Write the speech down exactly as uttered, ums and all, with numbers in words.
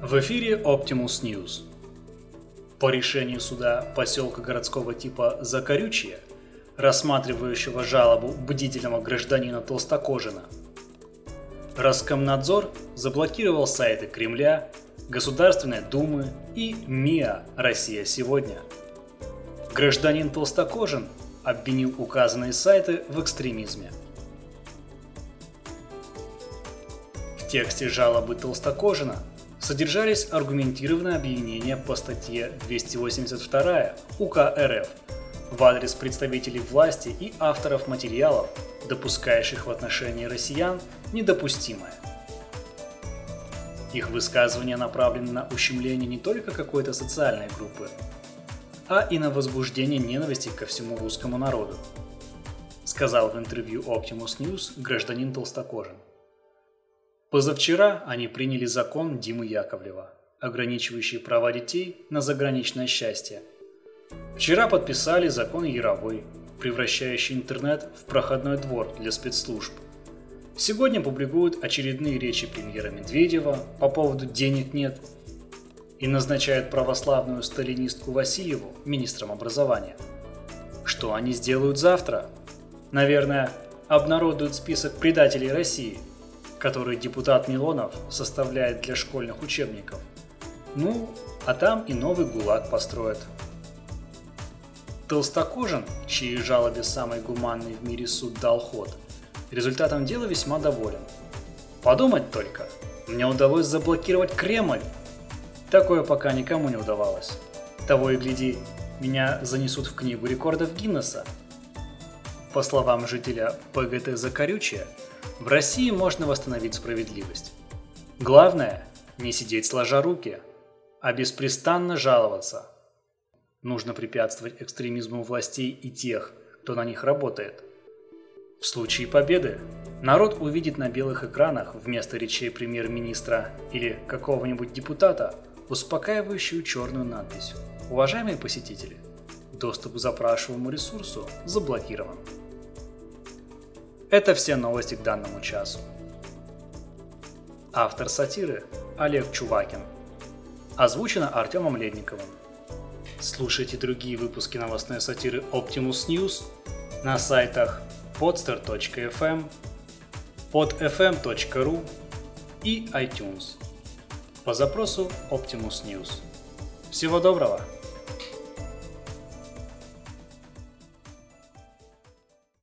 В эфире Optimus News. По решению суда поселка городского типа Закорючье, рассматривающего жалобу бдительного гражданина Толстокожина, Роскомнадзор заблокировал сайты Кремля, Государственной Думы и МИА «Россия сегодня». Гражданин Толстокожин обвинил указанные сайты в экстремизме. В тексте жалобы Толстокожина содержались аргументированные обвинения по статье двести восемьдесят два УК РФ в адрес представителей власти и авторов материалов, допускающих в отношении россиян недопустимое. Их высказывания направлены на ущемление не только какой-то социальной группы, а и на возбуждение ненависти ко всему русскому народу, сказал в интервью Optimus News гражданин Толстокожин. Позавчера они приняли закон Димы Яковлева, ограничивающий права детей на заграничное счастье. Вчера подписали закон Яровой, превращающий интернет в проходной двор для спецслужб. Сегодня публикуют очередные речи премьера Медведева по поводу «денег нет» и назначают православную сталинистку Васильеву министром образования. Что они сделают завтра? Наверное, обнародуют список предателей России, который депутат Милонов составляет для школьных учебников. Ну, а там и новый ГУЛАГ построят. Толстокожин, чьей жалобе самый гуманный в мире суд дал ход, результатом дела весьма доволен. Подумать только, мне удалось заблокировать Кремль. Такое пока никому не удавалось. Того и гляди, меня занесут в книгу рекордов Гиннесса. По словам жителя ПГТ Закорючье, в России можно восстановить справедливость. Главное – не сидеть сложа руки, а беспрестанно жаловаться. Нужно препятствовать экстремизму властей и тех, кто на них работает. В случае победы народ увидит на белых экранах вместо речей премьер-министра или какого-нибудь депутата успокаивающую черную надпись: «Уважаемые посетители, доступ к запрашиваемому ресурсу заблокирован». Это все новости к данному часу. Автор сатиры Олег Чувакин. Озвучено Артемом Ледниковым. Слушайте другие выпуски новостной сатиры Optimus News на сайтах podster точка эф эм, под эф эм точка ру и iTunes по запросу Optimus News. Всего доброго!